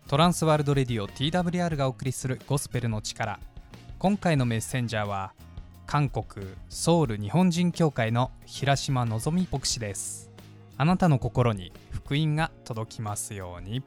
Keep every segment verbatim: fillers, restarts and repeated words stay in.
トランスワールドレディオ ティーダブリューアール がお送りするゴスペルの力。今回のメッセンジャーは韓国ソウル日本人協会の平島のぞみ牧師です。あなたの心に福音が届きますように。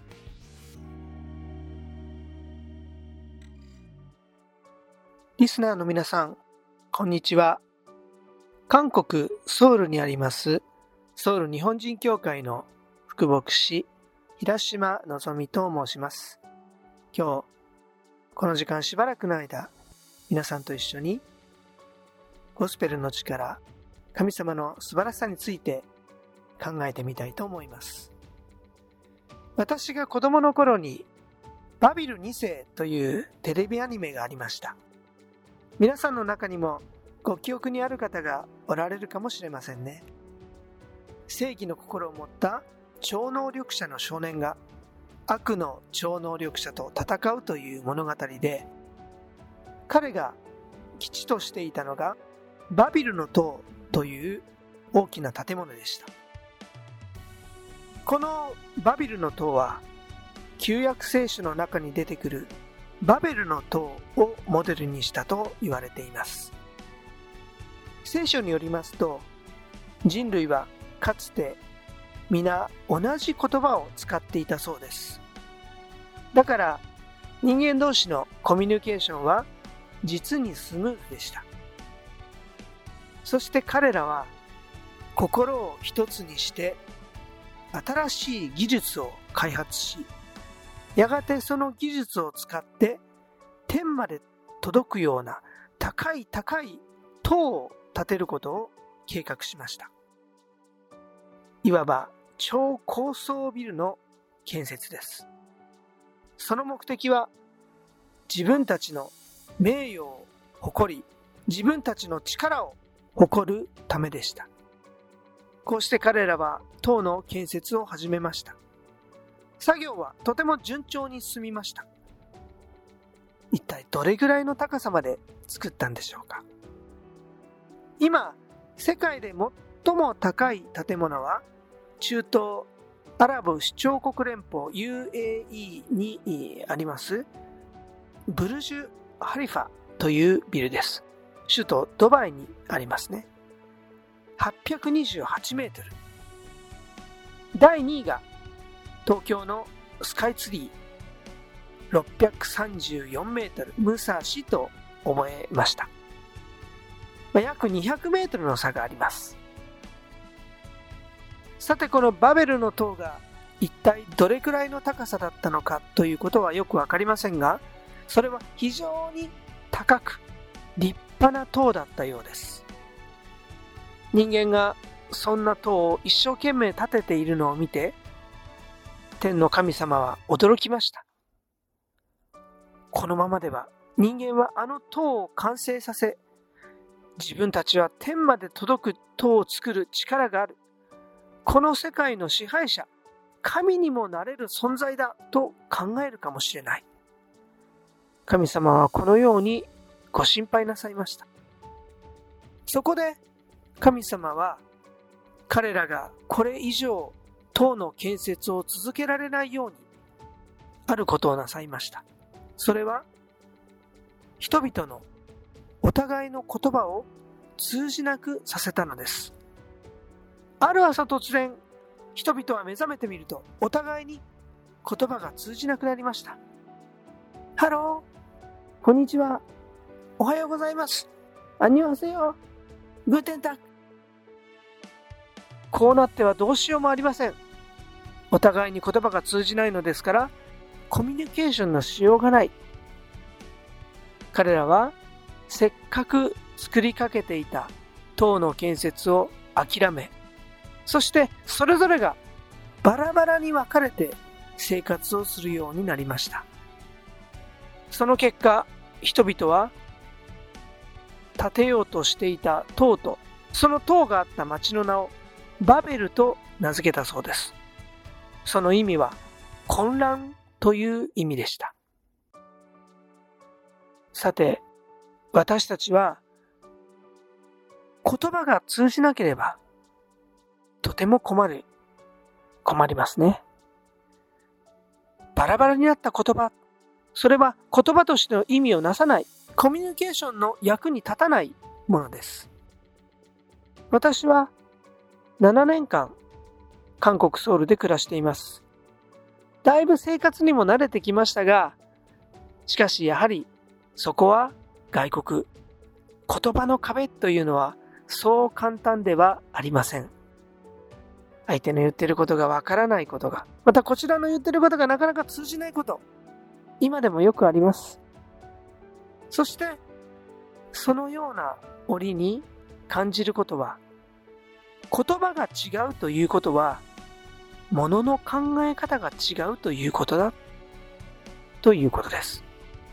リスナーの皆さん、こんにちは。韓国ソウルにありますソウル日本人協会の副牧師平島のぞみと申します。今日この時間しばらくの間、皆さんと一緒にゴスペルの力、神様の素晴らしさについて考えてみたいと思います。私が子供の頃にバビルに世というテレビアニメがありました。皆さんの中にもご記憶にある方がおられるかもしれませんね。正義の心を持った超能力者の少年が悪の超能力者と戦うという物語で、彼が基地としていたのがバビルの塔という大きな建物でした。このバビルの塔は旧約聖書の中に出てくるバベルの塔をモデルにしたと言われています。聖書によりますと、人類はかつて皆同じ言葉を使っていたそうです。だから人間同士のコミュニケーションは実にスムーズでした。そして彼らは心を一つにして新しい技術を開発し、やがてその技術を使って天まで届くような高い高い塔を建てることを計画しました。いわば超高層ビルの建設です。その目的は自分たちの名誉を誇り、自分たちの力を誇るためでした。こうして彼らは塔の建設を始めました。作業はとても順調に進みました。一体どれぐらいの高さまで作ったんでしょうか。今、世界で最も高い建物は中東アラブ首長国連邦 ユーエーイー にありますブルジュ・ハリファというビルです。首都ドバイにありますね。はっぴゃくにじゅうはちメートル。だいにいが東京のスカイツリーろっぴゃくさんじゅうよんメートル、武蔵と覚えました。約にひゃくメートルの差があります。さて、このバベルの塔が一体どれくらいの高さだったのかということはよくわかりませんが、それは非常に高く立派な塔だったようです。人間がそんな塔を一生懸命建てているのを見て、天の神様は驚きました。このままでは人間はあの塔を完成させ、自分たちは天まで届く塔を作る力がある。この世界の支配者、神にもなれる存在だと考えるかもしれない。神様はこのようにご心配なさいました。そこで神様は彼らがこれ以上塔の建設を続けられないようにあることをなさいました。それは人々のお互いの言葉を通じなくさせたのです。ある朝突然、人々は目覚めてみると、お互いに言葉が通じなくなりました。ハロー、こんにちは、おはようございます、アンニョンハセヨ、グーテンタック。こうなってはどうしようもありません。お互いに言葉が通じないのですから、コミュニケーションのしようがない。彼らはせっかく作りかけていた塔の建設を諦め、そしてそれぞれがバラバラに分かれて生活をするようになりました。その結果、人々は建てようとしていた塔とその塔があった町の名をバベルと名付けたそうです。その意味は混乱という意味でした。さて、私たちは言葉が通じなければとても困る、困りますね。ババラバラになった言葉、それは言葉としての意味をなさない、コミュニケーションの役に立たないものです。私はななねんかん韓国ソウルで暮らしています。だいぶ生活にも慣れてきましたが、しかしやはりそこは外国、言葉の壁というのはそう簡単ではありません。相手の言っていることがわからないことが、またこちらの言っていることがなかなか通じないこと、今でもよくあります。そして、そのような折に感じることは、言葉が違うということは、物の考え方が違うということだ、ということです。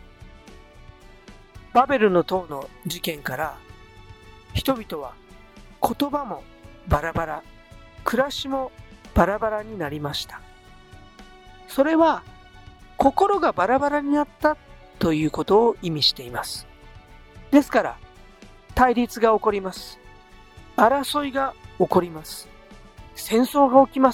バベルの塔の事件から、人々は言葉もバラバラ、暮らしもバラバラになりました。それは、心がバラバラになったということを意味しています。ですから、対立が起こります。争いが起こります。戦争が起きます。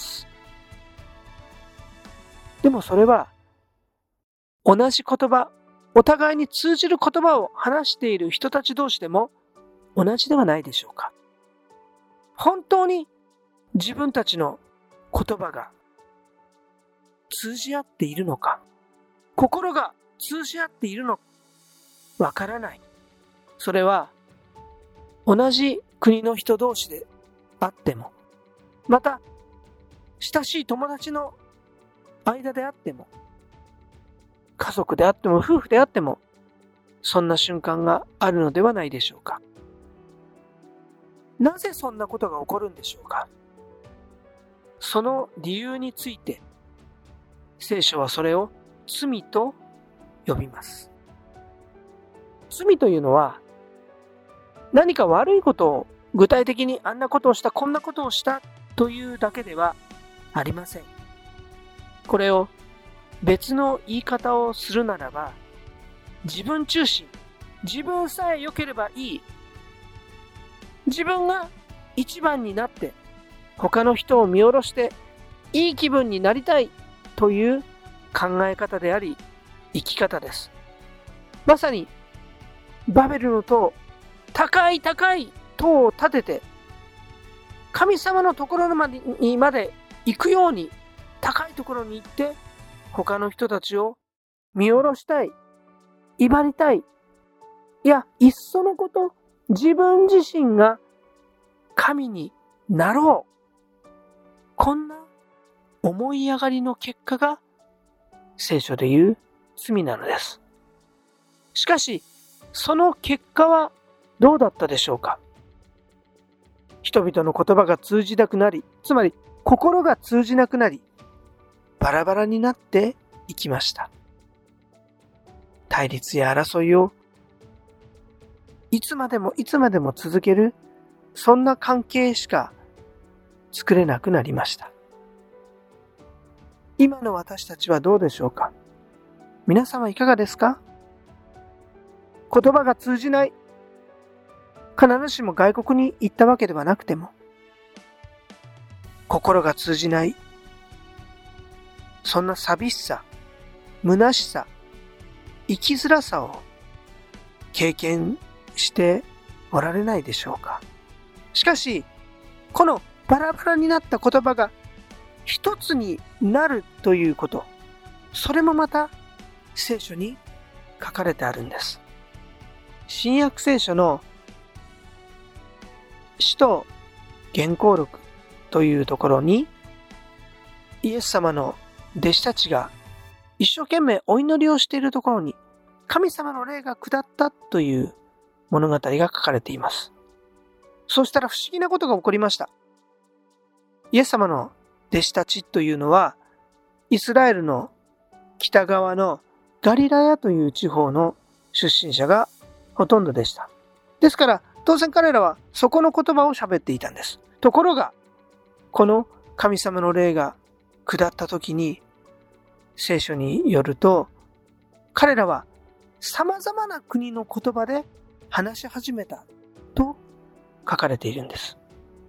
でもそれは、同じ言葉、お互いに通じる言葉を話している人たち同士でも同じではないでしょうか。本当に自分たちの言葉が通じ合っているのか、心が通じ合っているのか、わからない。それは、同じ国の人同士であっても、また、親しい友達の間であっても、家族であっても夫婦であっても、そんな瞬間があるのではないでしょうか。なぜそんなことが起こるんでしょうか。その理由について、聖書はそれを罪と呼びます。罪というのは、何か悪いことを具体的にあんなことをした、こんなことをしたというだけではありません。これを別の言い方をするならば、自分中心、自分さえ良ければいい、自分が一番になって他の人を見下ろしていい気分になりたいという考え方であり、生き方です。まさにバベルの塔、高い高い塔を建てて神様のところにまで行くように高いところに行って他の人たちを見下ろしたい、威張りたい。いや、いっそのこと、自分自身が神になろう。こんな思い上がりの結果が聖書で言う罪なのです。しかし、その結果はどうだったでしょうか。人々の言葉が通じなくなり、つまり心が通じなくなり、バラバラになっていきました。対立や争いをいつまでもいつまでも続ける、そんな関係しか作れなくなりました。今の私たちはどうでしょうか。皆様いかがですか。言葉が通じない、必ずしも外国に行ったわけではなくても、心が通じない、そんな寂しさ、虚しさ、生きづらさを経験しておられないでしょうか。しかし、このバラバラになった言葉が一つになるということ、それもまた聖書に書かれてあるんです。新約聖書の使徒原稿録というところに、イエス様の弟子たちが一生懸命お祈りをしているところに神様の霊が下ったという物語が書かれています。そうしたら不思議なことが起こりました。イエス様の弟子たちというのはイスラエルの北側のガリラヤという地方の出身者がほとんどでした。ですから当然彼らはそこの言葉を喋っていたんです。ところがこの神様の霊が下った時に聖書によると彼らは様々な国の言葉で話し始めたと書かれているんです。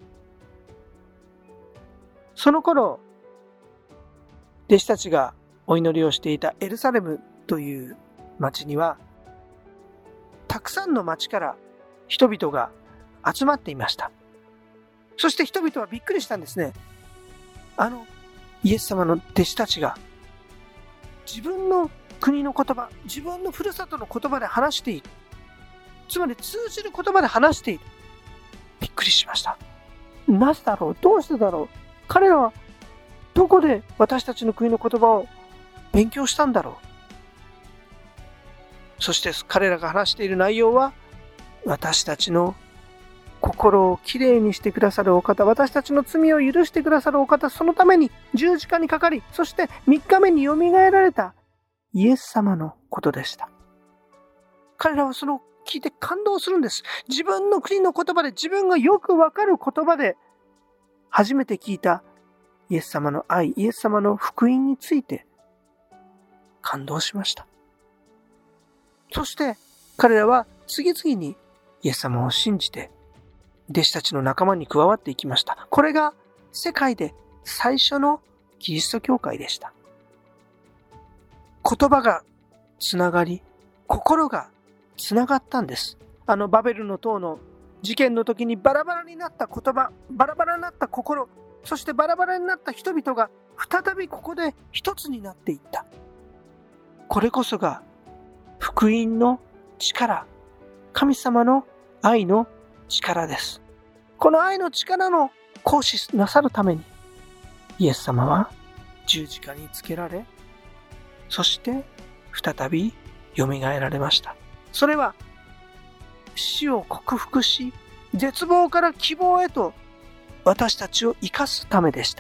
その頃弟子たちがお祈りをしていたエルサレムという町には、たくさんの町から人々が集まっていました。そして人々はびっくりしたんですね。あのイエス様の弟子たちが自分の国の言葉、自分のふるさとの言葉で話している。つまり通じる言葉で話している。びっくりしました。なぜだろう？どうしてだろう？彼らはどこで私たちの国の言葉を勉強したんだろう？そして彼らが話している内容は、私たちの心をきれいにしてくださるお方、私たちの罪を許してくださるお方、そのために十字架にかかり、そしてみっかめによみがえられたイエス様のことでした。彼らはその聞いて感動するんです。自分の国の言葉で、自分がよくわかる言葉で初めて聞いたイエス様の愛、イエス様の福音について感動しました。そして彼らは次々にイエス様を信じて弟子たちの仲間に加わっていきました。これが世界で最初のキリスト教会でした。言葉がつながり、心がつながったんです。あのバベルの塔の事件の時にバラバラになった言葉、バラバラになった心、そしてバラバラになった人々が再びここで一つになっていった。これこそが福音の力、神様の愛の力です。この愛の力の行使なさるために、イエス様は十字架につけられ、そして再びよみがえられました。それは死を克服し、絶望から希望へと私たちを生かすためでした。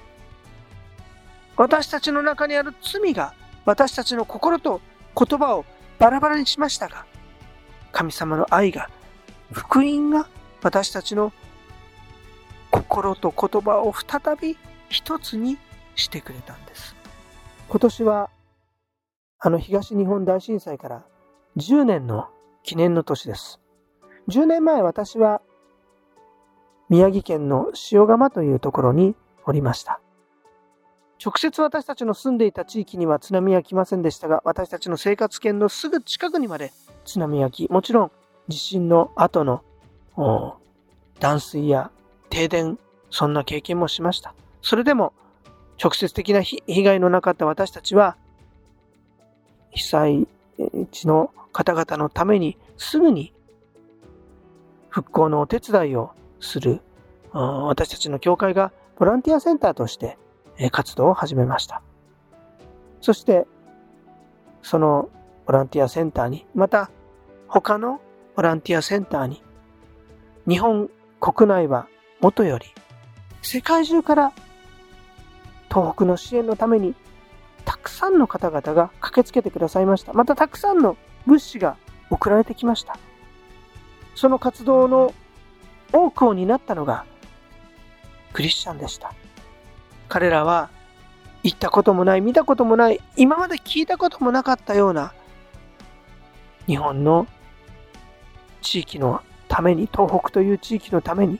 私たちの中にある罪が私たちの心と言葉をバラバラにしましたが、神様の愛が、福音が私たちの心と言葉を再び一つにしてくれたんです。今年はあの東日本大震災からじゅうねんの記念の年です。じゅうねんまえ、私は宮城県の塩釜というところにおりました。直接私たちの住んでいた地域には津波は来ませんでしたが、私たちの生活圏のすぐ近くにまで津波が来、もちろん地震の後の断水や停電、そんな経験もしました。それでも直接的な被害のなかった私たちは、被災地の方々のためにすぐに復興のお手伝いをする、私たちの教会がボランティアセンターとして活動を始めました。そしてそのボランティアセンターに、また他のボランティアセンターに、日本国内はもとより世界中から東北の支援のためにたくさんの方々が駆けつけてくださいました。またたくさんの物資が送られてきました。その活動の多くを担ったのがクリスチャンでした。彼らは行ったこともない、見たこともない、今まで聞いたこともなかったような日本の地域のために、東北という地域のために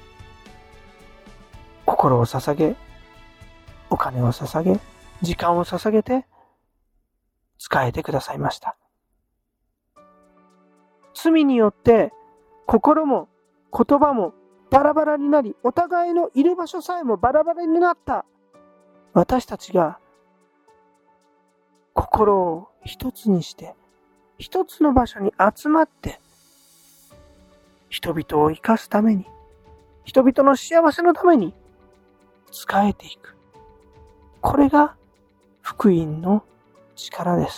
心を捧げ、お金を捧げ、時間を捧げて仕えてくださいました。罪によって心も言葉もバラバラになり、お互いのいる場所さえもバラバラになった私たちが、心を一つにして一つの場所に集まって人々を生かすために、人々の幸せのために仕えていく。これが福音の力です。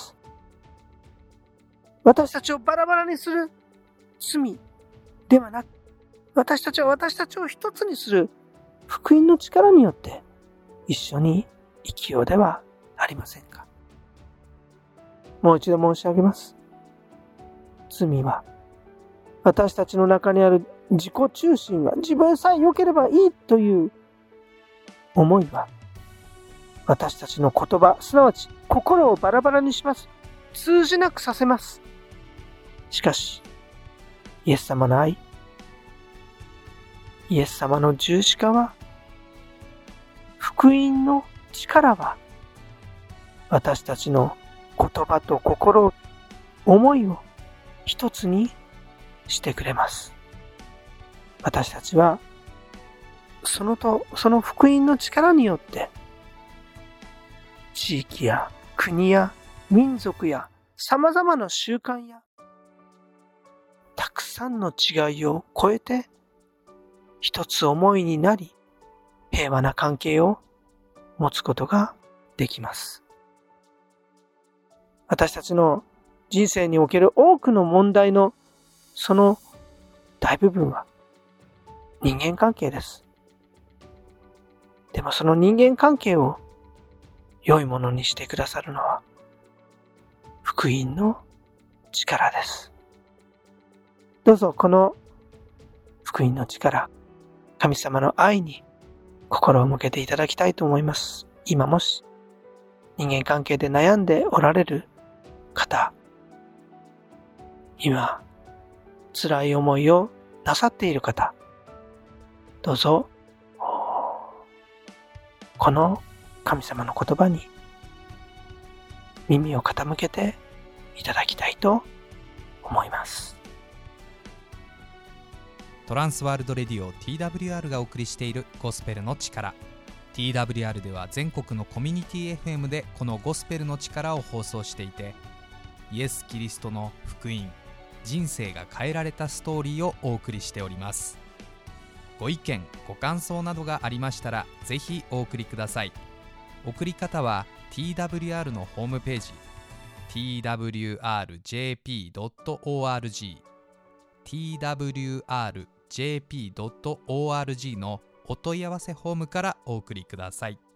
私たちをバラバラにする罪ではなく、私たちは私たちを一つにする福音の力によって一緒に生きようではありませんか。もう一度申し上げます。罪は、私たちの中にある自己中心は、自分さえ良ければいいという思いは、私たちの言葉、すなわち心をバラバラにします。通じなくさせます。しかし、イエス様の愛、イエス様の十字架は、福音の力は、 私たちの言葉と心、思いを一つにしてくれます。私たちはそのと、その福音の力によって、地域や国や民族や様々な習慣や、たくさんの違いを超えて、一つ思いになり、平和な関係を持つことができます。私たちの人生における多くの問題のその大部分は人間関係です。でもその人間関係を良いものにしてくださるのは福音の力です。どうぞこの福音の力、神様の愛に心を向けていただきたいと思います。今もし人間関係で悩んでおられる方、今辛い思いをなさっている方、どうぞこの神様の言葉に耳を傾けていただきたいと思います。 トランスワールドレディオ ティーダブリューアール がお送りしているゴスペルの力。 ティーダブリューアール では全国のコミュニティ エフエム でこのゴスペルの力を放送していて、イエス・キリストの福音、人生が変えられたストーリーをお送りしております。ご意見ご感想などがありましたらぜひお送りください。送り方は ティーダブリューアール のホームページ ティーダブリューアールジェーピードットオーアールジー ティーダブリューアールジェーピードットオーアールジー のお問い合わせフォームからお送りください。